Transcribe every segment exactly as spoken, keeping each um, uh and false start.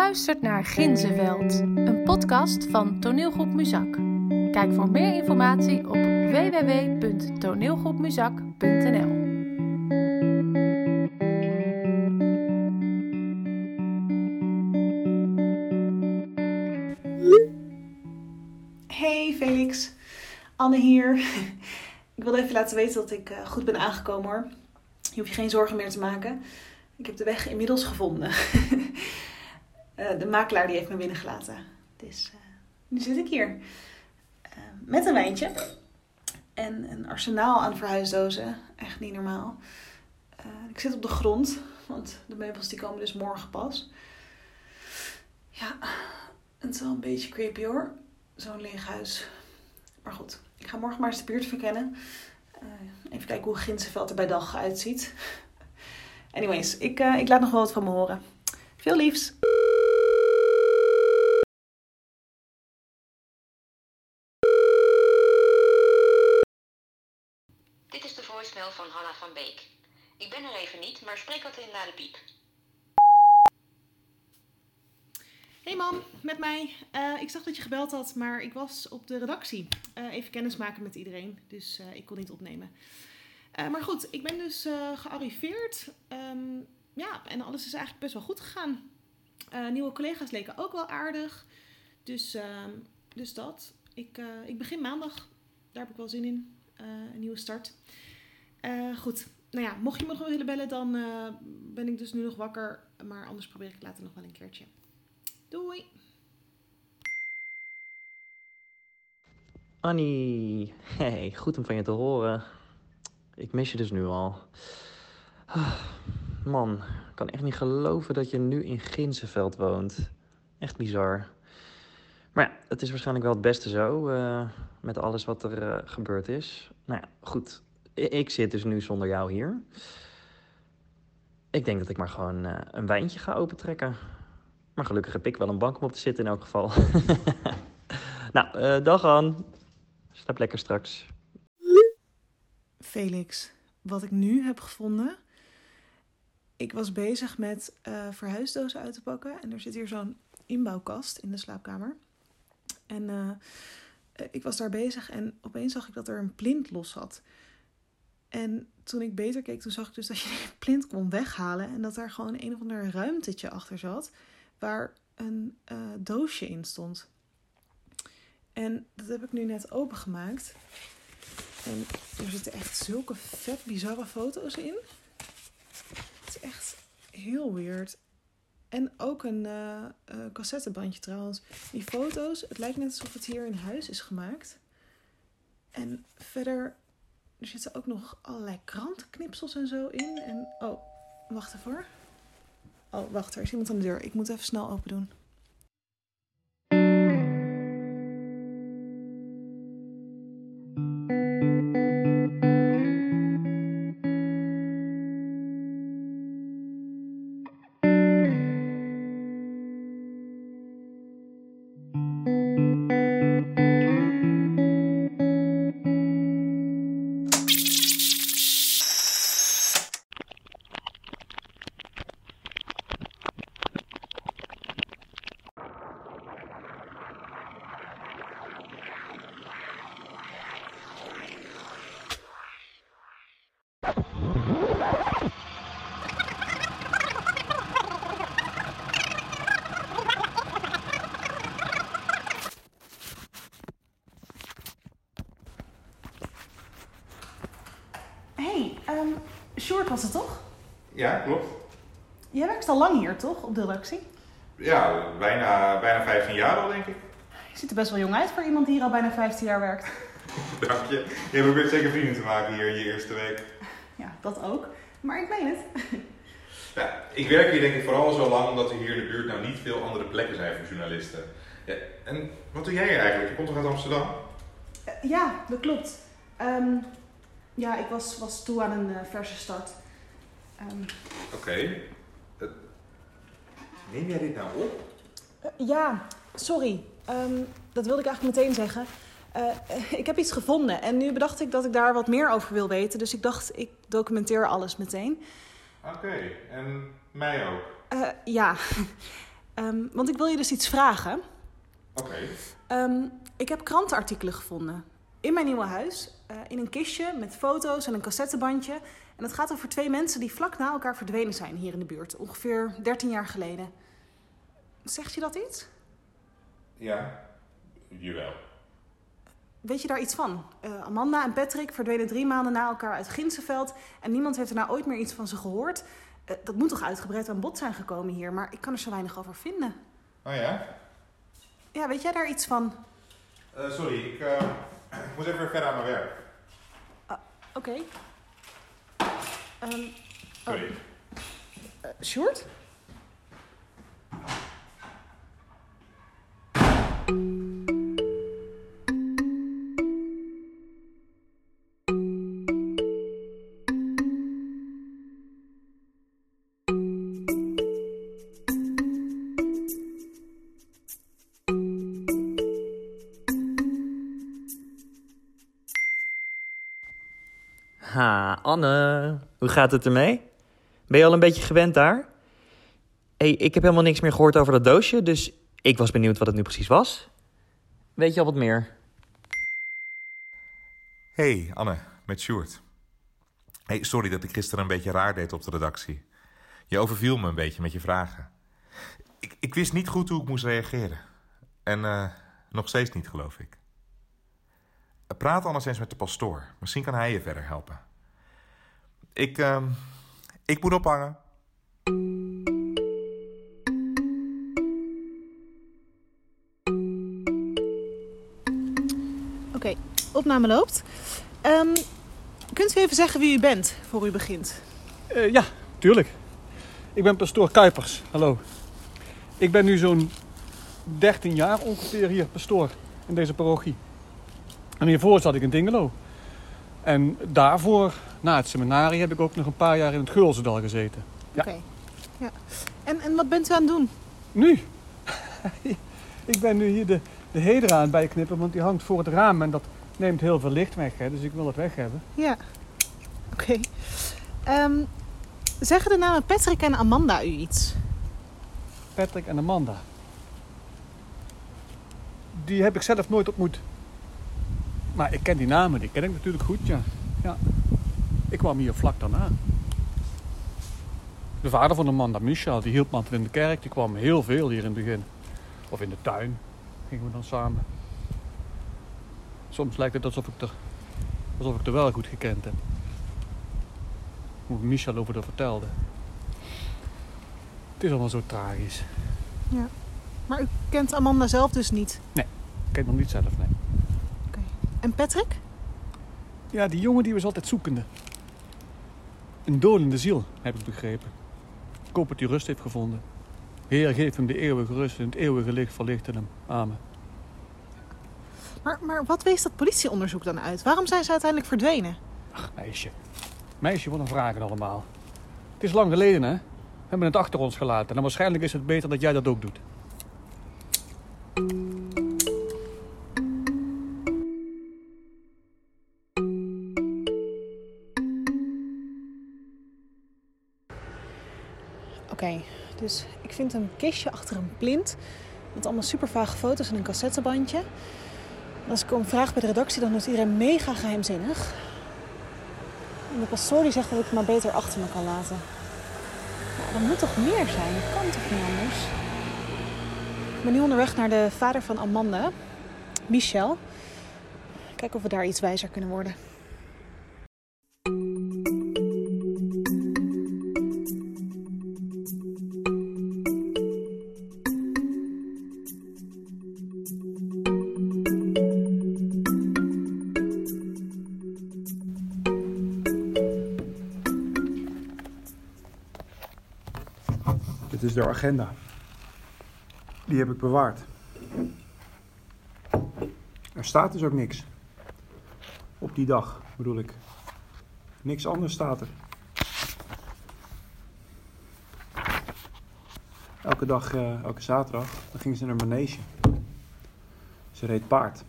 luistert naar Ginzenveld, een podcast van Toneelgroep Muzak. Kijk voor meer informatie op w w w punt toneelgroepmuzak punt n l. Hey Felix, Anne hier. Ik wilde even laten weten dat ik uh, goed ben aangekomen hoor. Je hoeft je geen zorgen meer te maken. Ik heb de weg inmiddels gevonden. uh, de makelaar die heeft me binnengelaten. Dus uh, nu zit ik hier. Uh, met een wijntje. En een arsenaal aan verhuisdozen. Echt niet normaal. Uh, ik zit op de grond. Want de meubels die komen dus morgen pas. Ja, het is wel een beetje creepy hoor. Zo'n leeg huis. Maar goed, ik ga morgen maar eens de buurt verkennen. Uh, even kijken hoe Ginzenveld er bij dag uitziet. Anyways, ik, uh, ik laat nog wel wat van me horen. Veel liefs! Dit is de voicemail van Hanna van Beek. Ik ben er even niet, maar spreek wat in na de piep. Hey mam, met mij. Uh, ik zag dat je gebeld had, maar ik was op de redactie. Uh, even kennismaken met iedereen, dus uh, ik kon niet opnemen. Uh, maar goed, ik ben dus uh, gearriveerd. Um, ja, en alles is eigenlijk best wel goed gegaan. Uh, nieuwe collega's leken ook wel aardig. Dus, uh, dus dat. Ik, uh, ik begin maandag. Daar heb ik wel zin in. Uh, een nieuwe start. Uh, goed. Nou ja, mocht je me nog wel willen bellen, dan uh, ben ik dus nu nog wakker. Maar anders probeer ik later nog wel een keertje. Doei! Annie, hey, goed om van je te horen. Ik mis je dus nu al. Man, ik kan echt niet geloven dat je nu in Ginzenveld woont. Echt bizar. Maar ja, het is waarschijnlijk wel het beste zo, uh, met alles wat er uh, gebeurd is. Nou ja, goed. I- ik zit dus nu zonder jou hier. Ik denk dat ik maar gewoon uh, een wijntje ga opentrekken. Maar gelukkig heb ik wel een bank om op te zitten in elk geval. nou, uh, dag An. Slaap lekker straks. Felix, wat ik nu heb gevonden. Ik was bezig met uh, verhuisdozen uit te pakken. En er zit hier zo'n inbouwkast in de slaapkamer. En uh, ik was daar bezig en opeens zag ik dat er een plint los zat. En toen ik beter keek, toen zag ik dus dat je die plint kon weghalen. En dat daar gewoon een of ander ruimtetje achter zat. Waar een uh, doosje in stond. En dat heb ik nu net opengemaakt. En er zitten echt zulke vet bizarre foto's in. Het is echt heel weird. En ook een uh, uh, cassettebandje trouwens. Die foto's, het lijkt net alsof het hier in huis is gemaakt. En verder, er zitten ook nog allerlei krantenknipsels en zo in. En, oh, wacht even hoor. Oh, wacht, er is iemand aan de deur. Ik moet even snel open doen. Hey, um, Sjoerd was het toch? Ja, klopt. Jij werkt al lang hier, toch? Op de redactie? Ja, bijna, bijna vijftien jaar al, denk ik. Je ziet er best wel jong uit voor iemand die hier al bijna vijftien jaar werkt. Dank je. Je hebt ook weer zeker vrienden te maken hier in je eerste week. Ja, dat ook. Maar ik meen het. Ja, ik werk hier denk ik vooral zo lang omdat er hier in de buurt nou niet veel andere plekken zijn voor journalisten. Ja, en wat doe jij hier eigenlijk? Je komt toch uit Amsterdam? Uh, ja, dat klopt. Um, ja, ik was, was toe aan een uh, verse start. Um, Oké. Okay. Uh, neem jij dit nou op? Uh, ja, sorry. Um, dat wilde ik eigenlijk meteen zeggen. Uh, ik heb iets gevonden en nu bedacht ik dat ik daar wat meer over wil weten. Dus ik dacht, ik documenteer alles meteen. Oké, okay. En mij ook? Uh, ja. Um, want ik wil je dus iets vragen. Oké. Okay. Um, ik heb krantenartikelen gevonden in mijn nieuwe huis. Uh, in een kistje met foto's en een cassettebandje. En het gaat over twee mensen die vlak na elkaar verdwenen zijn hier in de buurt. Ongeveer dertien jaar geleden. Zegt je dat iets? Ja, jawel. Weet je daar iets van? Uh, Amanda en Patrick verdwenen drie maanden na elkaar uit Ginzenveld. En niemand heeft er nou ooit meer iets van ze gehoord. Uh, dat moet toch uitgebreid aan bod zijn gekomen hier. Maar ik kan er zo weinig over vinden. Oh ja? Ja, weet jij daar iets van? Uh, sorry, ik, uh, ik moet even weer verder aan mijn werk. Uh, Oké. Okay. Um, sorry. Oh. Uh, Sjoerd? Ha, Anne, hoe gaat het ermee? Ben je al een beetje gewend daar? Hey, ik heb helemaal niks meer gehoord over dat doosje, dus ik was benieuwd wat het nu precies was. Weet je al wat meer? Hey, Anne, met Sjoerd. Hey, sorry dat ik gisteren een beetje raar deed op de redactie. Je overviel me een beetje met je vragen. Ik, ik wist niet goed hoe ik moest reageren. En uh, nog steeds niet, geloof ik. Praat anders eens met de pastoor. Misschien kan hij je verder helpen. Ik, uh, ik moet ophangen. Oké, okay, opname loopt. Um, kunt u even zeggen wie u bent, voor u begint? Uh, ja, tuurlijk. Ik ben pastoor Kuipers. Hallo. Ik ben nu zo'n dertien jaar ongeveer hier pastoor in deze parochie. En hiervoor zat ik in Dingeloo. En daarvoor, na het seminarie, heb ik ook nog een paar jaar in het Geulzendal gezeten. Ja. Oké. Okay. Ja. En, en wat bent u aan het doen? Nu? Ik ben nu hier de, de heder aan het bijknippen, want die hangt voor het raam en dat neemt heel veel licht weg. Hè, dus ik wil het weg hebben. Ja. Oké. Okay. Um, zeggen de namen Patrick en Amanda u iets? Patrick en Amanda? Die heb ik zelf nooit ontmoet. Maar ik ken die namen, die ken ik natuurlijk goed, ja. ja. Ik kwam hier vlak daarna. De vader van Amanda, Michel, die hielp me altijd in de kerk. Die kwam heel veel hier in het begin. Of in de tuin gingen we dan samen. Soms lijkt het alsof ik er, alsof ik er wel goed gekend heb. Hoe Michel over dat vertelde. Het is allemaal zo tragisch. Ja. Maar u kent Amanda zelf dus niet? Nee, ik ken hem niet zelf, nee. Oké. En Patrick? Ja, die jongen die was altijd zoekende. Een dolende ziel, heb ik begrepen. Ik hoop dat hij rust heeft gevonden. Heer, geef hem de eeuwige rust en het eeuwige licht verlichten hem. Amen. Maar, maar wat wees dat politieonderzoek dan uit? Waarom zijn ze uiteindelijk verdwenen? Ach, meisje. Meisje, wat een vragen allemaal. Het is lang geleden, hè? We hebben het achter ons gelaten. En waarschijnlijk is het beter dat jij dat ook doet. Oké, okay, dus ik vind een kistje achter een plint met allemaal super vage foto's en een cassettebandje. En als ik om vraag bij de redactie, dan is iedereen mega geheimzinnig. En de pastoor die zegt dat ik het maar beter achter me kan laten. Nou, er moet toch meer zijn? Dat kan toch niet anders? Ik ben nu onderweg naar de vader van Amanda, Michel. Kijken of we daar iets wijzer kunnen worden. Dit is de agenda. Die heb ik bewaard. Er staat dus ook niks. Op die dag, bedoel ik. Niks anders staat er. Elke dag, uh, elke zaterdag, dan ging ze naar een manege. Ze reed paard.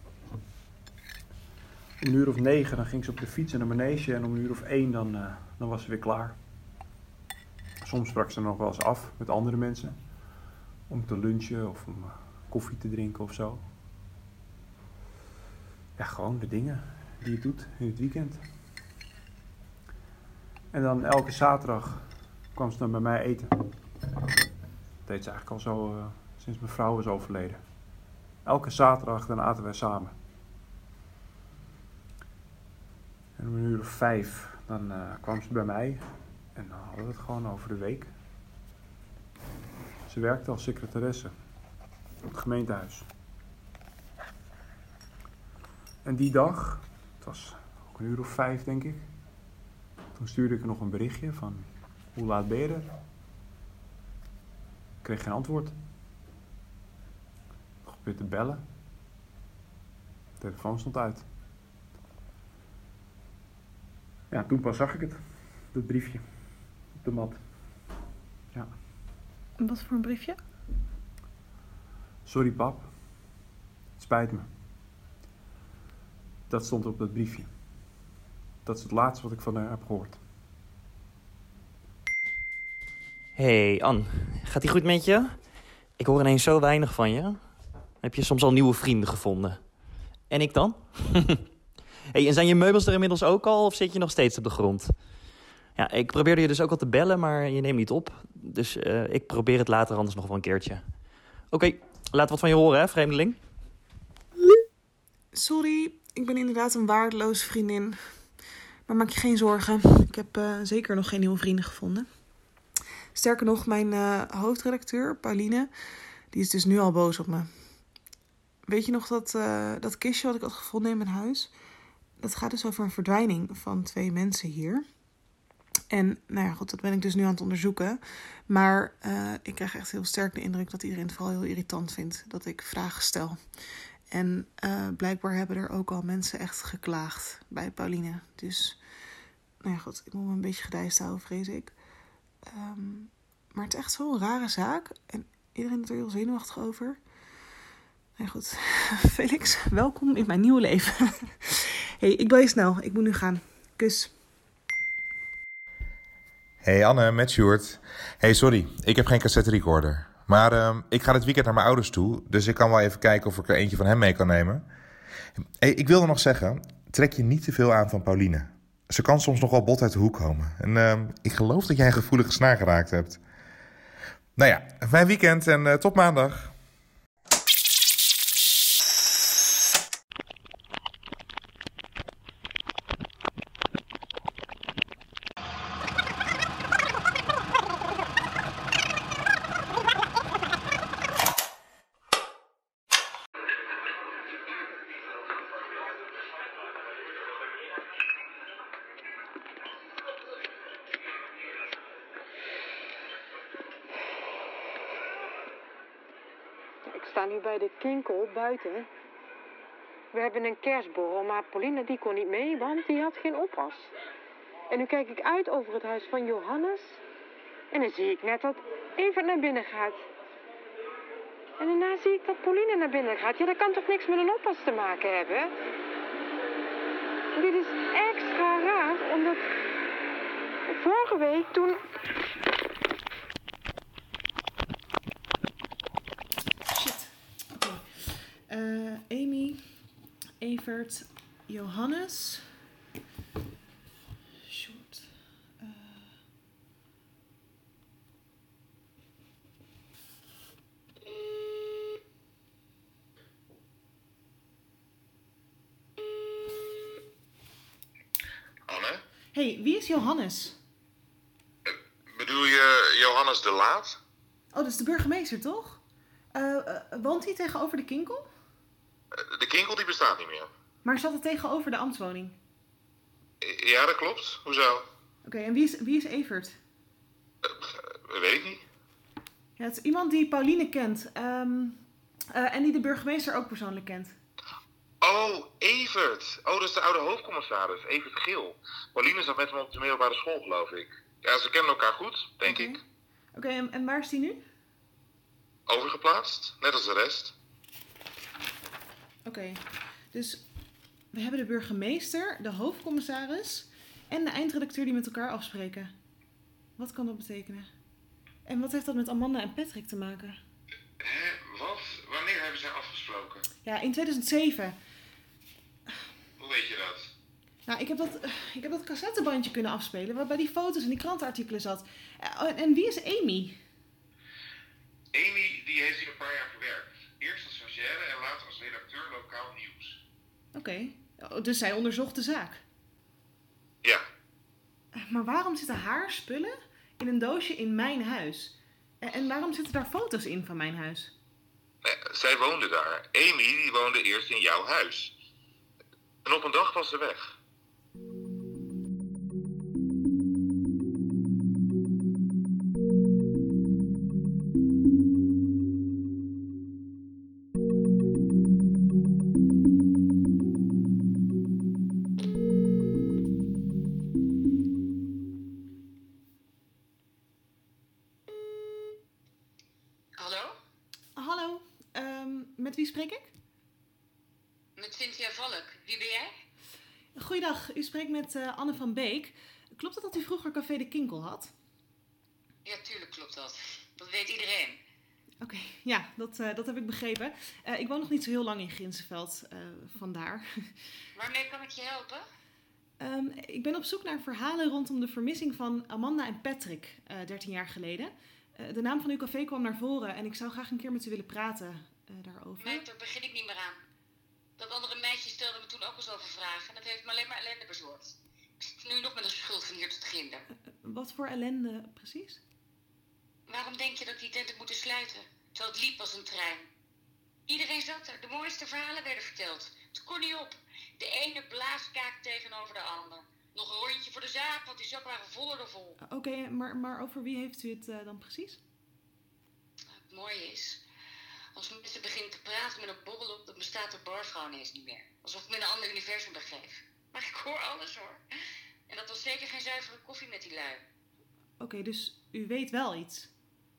Om een uur of negen, dan ging ze op de fiets naar een manege. En om een uur of één, dan, uh, dan was ze weer klaar. Soms sprak ze nog wel eens af met andere mensen. om te lunchen of om koffie te drinken of zo. Ja, gewoon de dingen die je doet in het weekend. En dan elke zaterdag kwam ze dan bij mij eten. Dat deed ze eigenlijk al zo uh, sinds mijn vrouw is overleden. Elke zaterdag dan aten wij samen. En om een uur of vijf dan uh, kwam ze bij mij. En dan hadden we het gewoon over de week. Ze werkte als secretaresse op het gemeentehuis. En die dag, het was ook een uur of vijf denk ik. Toen stuurde ik er nog een berichtje van, hoe laat ben je er? Ik kreeg geen antwoord. Ik probeerde te bellen. De telefoon stond uit. Ja, toen pas zag ik het. Dat briefje. Op de mat. Ja. Wat voor een briefje? Sorry pap. Het spijt me. Dat stond op dat briefje. Dat is het laatste wat ik van haar heb gehoord. Hey Ann, gaat ie goed met je? Ik hoor ineens zo weinig van je. Heb je soms al nieuwe vrienden gevonden? En ik dan? Hey, en zijn je meubels er inmiddels ook al of zit je nog steeds op de grond? Ja, ik probeerde je dus ook al te bellen, maar je neemt niet op. Dus uh, ik probeer het later anders nog wel een keertje. Oké, okay, laat wat van je horen, hè, vreemdeling. Sorry, ik ben inderdaad een waardeloze vriendin. Maar maak je geen zorgen. Ik heb uh, zeker nog geen nieuwe vrienden gevonden. Sterker nog, mijn uh, hoofdredacteur, Pauline, die is dus nu al boos op me. Weet je nog dat, uh, dat kistje wat ik had gevonden in mijn huis? Dat gaat dus over een verdwijning van twee mensen hier. En nou ja, goed, dat ben ik dus nu aan het onderzoeken. Maar uh, ik krijg echt heel sterk de indruk dat iedereen het vooral heel irritant vindt dat ik vragen stel. En uh, blijkbaar hebben er ook al mensen echt geklaagd bij Pauline. Dus, nou ja goed, ik moet me een beetje gedijst houden, vrees ik. Um, maar het is echt zo'n rare zaak. En iedereen is er heel zenuwachtig over. Nou ja goed, Felix, welkom in mijn nieuwe leven. Hey, ik bel je snel. Ik moet nu gaan. Kus. Hey Anne, met Sjoerd. Hey, sorry, ik heb geen cassette recorder. Maar uh, ik ga dit weekend naar mijn ouders toe, dus ik kan wel even kijken of ik er eentje van hem mee kan nemen. Hey, ik wilde nog zeggen, trek je niet te veel aan van Pauline. Ze kan soms nog wel bot uit de hoek komen. En uh, ik geloof dat jij een gevoelige snaar geraakt hebt. Nou ja, een fijn weekend en uh, tot maandag. Ik sta nu bij de Kinkel buiten. We hebben een kerstborrel, maar Pauline die kon niet mee, want die had geen oppas. En nu kijk ik uit over het huis van Johannes. En dan zie ik net dat Evert naar binnen gaat. En daarna zie ik dat Pauline naar binnen gaat. Ja, dat kan toch niks met een oppas te maken hebben? En dit is extra raar, omdat vorige week toen... Uh, Amy, Evert, Johannes, Sjoerd. Uh... Anne? Hey, wie is Johannes? Uh, bedoel je Johannes de Laat? Oh, dat is de burgemeester, toch? Uh, uh, woont hij tegenover de Kinkel? De Kinkel die bestaat niet meer. Maar zat het tegenover de ambtswoning? Ja, dat klopt. Hoezo? Oké, okay, en wie is, wie is Evert? Uh, weet ik niet. Ja, het is iemand die Pauline kent. Um, uh, en die de burgemeester ook persoonlijk kent. Oh, Evert. Oh, dat is de oude hoofdcommissaris. Evert Geel. Pauline zat met hem op de middelbare school, geloof ik. Ja, ze kennen elkaar goed, denk okay. ik. Oké, okay, en, en waar is die nu? Overgeplaatst, net als de rest. Oké, okay. Dus we hebben de burgemeester, de hoofdcommissaris en de eindredacteur die met elkaar afspreken. Wat kan dat betekenen? En wat heeft dat met Amanda en Patrick te maken? Hè? Wat? Wanneer hebben zij afgesproken? Ja, in tweeduizend zeven. Hoe weet je dat? Nou, ik heb dat, ik heb dat cassettebandje kunnen afspelen waarbij die foto's en die krantenartikelen zat. En, en wie is Amy? Amy, die heeft hier een paar jaar gewerkt. Eerst als stagiaire en later als redacteur lokaal nieuws. Oké, okay. Dus zij onderzocht de zaak. Ja. Maar waarom zitten haar spullen in een doosje in mijn huis? En, en waarom zitten daar foto's in van mijn huis? Nee, zij woonde daar. Amy, die woonde eerst in jouw huis. En op een dag was ze weg. Hallo? Hallo, um, met wie spreek ik? Met Cynthia Valk. Wie ben jij? Goeiedag, u spreekt met uh, Anne van Beek. Klopt het dat u vroeger Café de Kinkel had? Ja, tuurlijk klopt dat. Dat weet iedereen. Oké, okay, ja, dat, uh, dat heb ik begrepen. Uh, ik woon nog niet zo heel lang in Ginzenveld, uh, vandaar. Waarmee kan ik je helpen? Um, ik ben op zoek naar verhalen rondom de vermissing van Amanda en Patrick, uh, dertien jaar geleden. Uh, de naam van uw café kwam naar voren en ik zou graag een keer met u willen praten uh, daarover. Nee, daar begin ik niet meer aan. Dat andere meisje stelde me toen ook eens over vragen en dat heeft me alleen maar ellende bezorgd. Ik zit nu nog met een schuld van hier tot ginder. Uh, wat voor ellende precies? Waarom denk je dat die tent had moeten sluiten? Terwijl het liep als een trein. Iedereen zat er. De mooiste verhalen werden verteld. Het kon niet op. De ene blaaskaak tegenover de ander. Nog een rondje voor de zaak, want die zak waren voller dan vol. Uh, Oké, okay, maar, maar over wie heeft u het uh, dan precies? Het mooie is, als mensen beginnen te praten met een borrel op, dan bestaat de barvrouw ineens niet meer. Alsof ik me in een ander universum begeef. Maar ik hoor alles hoor. En dat was zeker geen zuivere koffie met die lui. Oké, okay, dus u weet wel iets?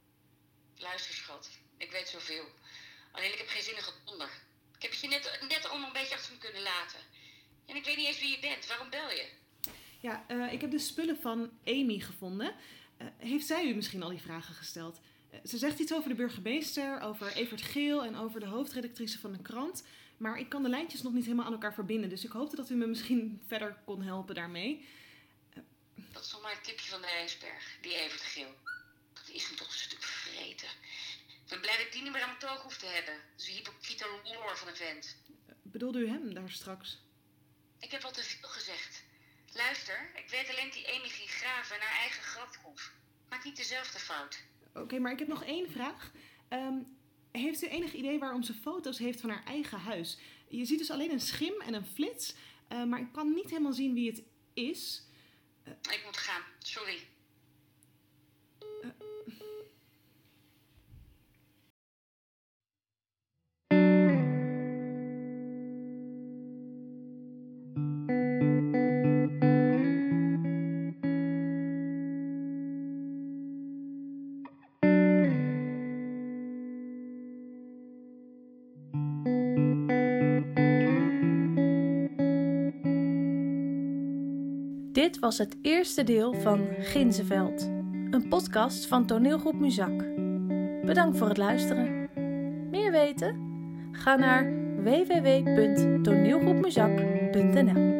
Luister schat, ik weet zoveel. Alleen ik heb geen zinnige donder. Ik heb het je net, net allemaal een beetje achter me kunnen laten. En ik weet niet eens wie je bent. Waarom bel je? Ja, uh, ik heb de spullen van Amy gevonden. Uh, heeft zij u misschien al die vragen gesteld? Uh, ze zegt iets over de burgemeester, over Evert Geel en over de hoofdredactrice van de krant. Maar ik kan de lijntjes nog niet helemaal aan elkaar verbinden. Dus ik hoopte dat u me misschien verder kon helpen daarmee. Uh, dat is nog maar een tipje van de ijsberg, die Evert Geel. Dat is hem toch een stuk vreten. Ik ben blij dat ik die niet meer aan mijn toog hoef te hebben. Dat is een hypocriete lor van een vent. Uh, bedoelde u hem daar straks? Ik heb al te veel gezegd. Luister, ik weet alleen dat die Amy ging graven en haar eigen graf groef. Maak niet dezelfde fout. Oké, okay, maar ik heb nog één vraag. Um, heeft u enig idee waarom ze foto's heeft van haar eigen huis? Je ziet dus alleen een schim en een flits, uh, maar ik kan niet helemaal zien wie het is. Uh, ik moet gaan, sorry. Uh, Dit was het eerste deel van Ginzenveld, een podcast van toneelgroep Muzak. Bedankt voor het luisteren. Meer weten? Ga naar w w w punt toneelgroepmuzak punt n l.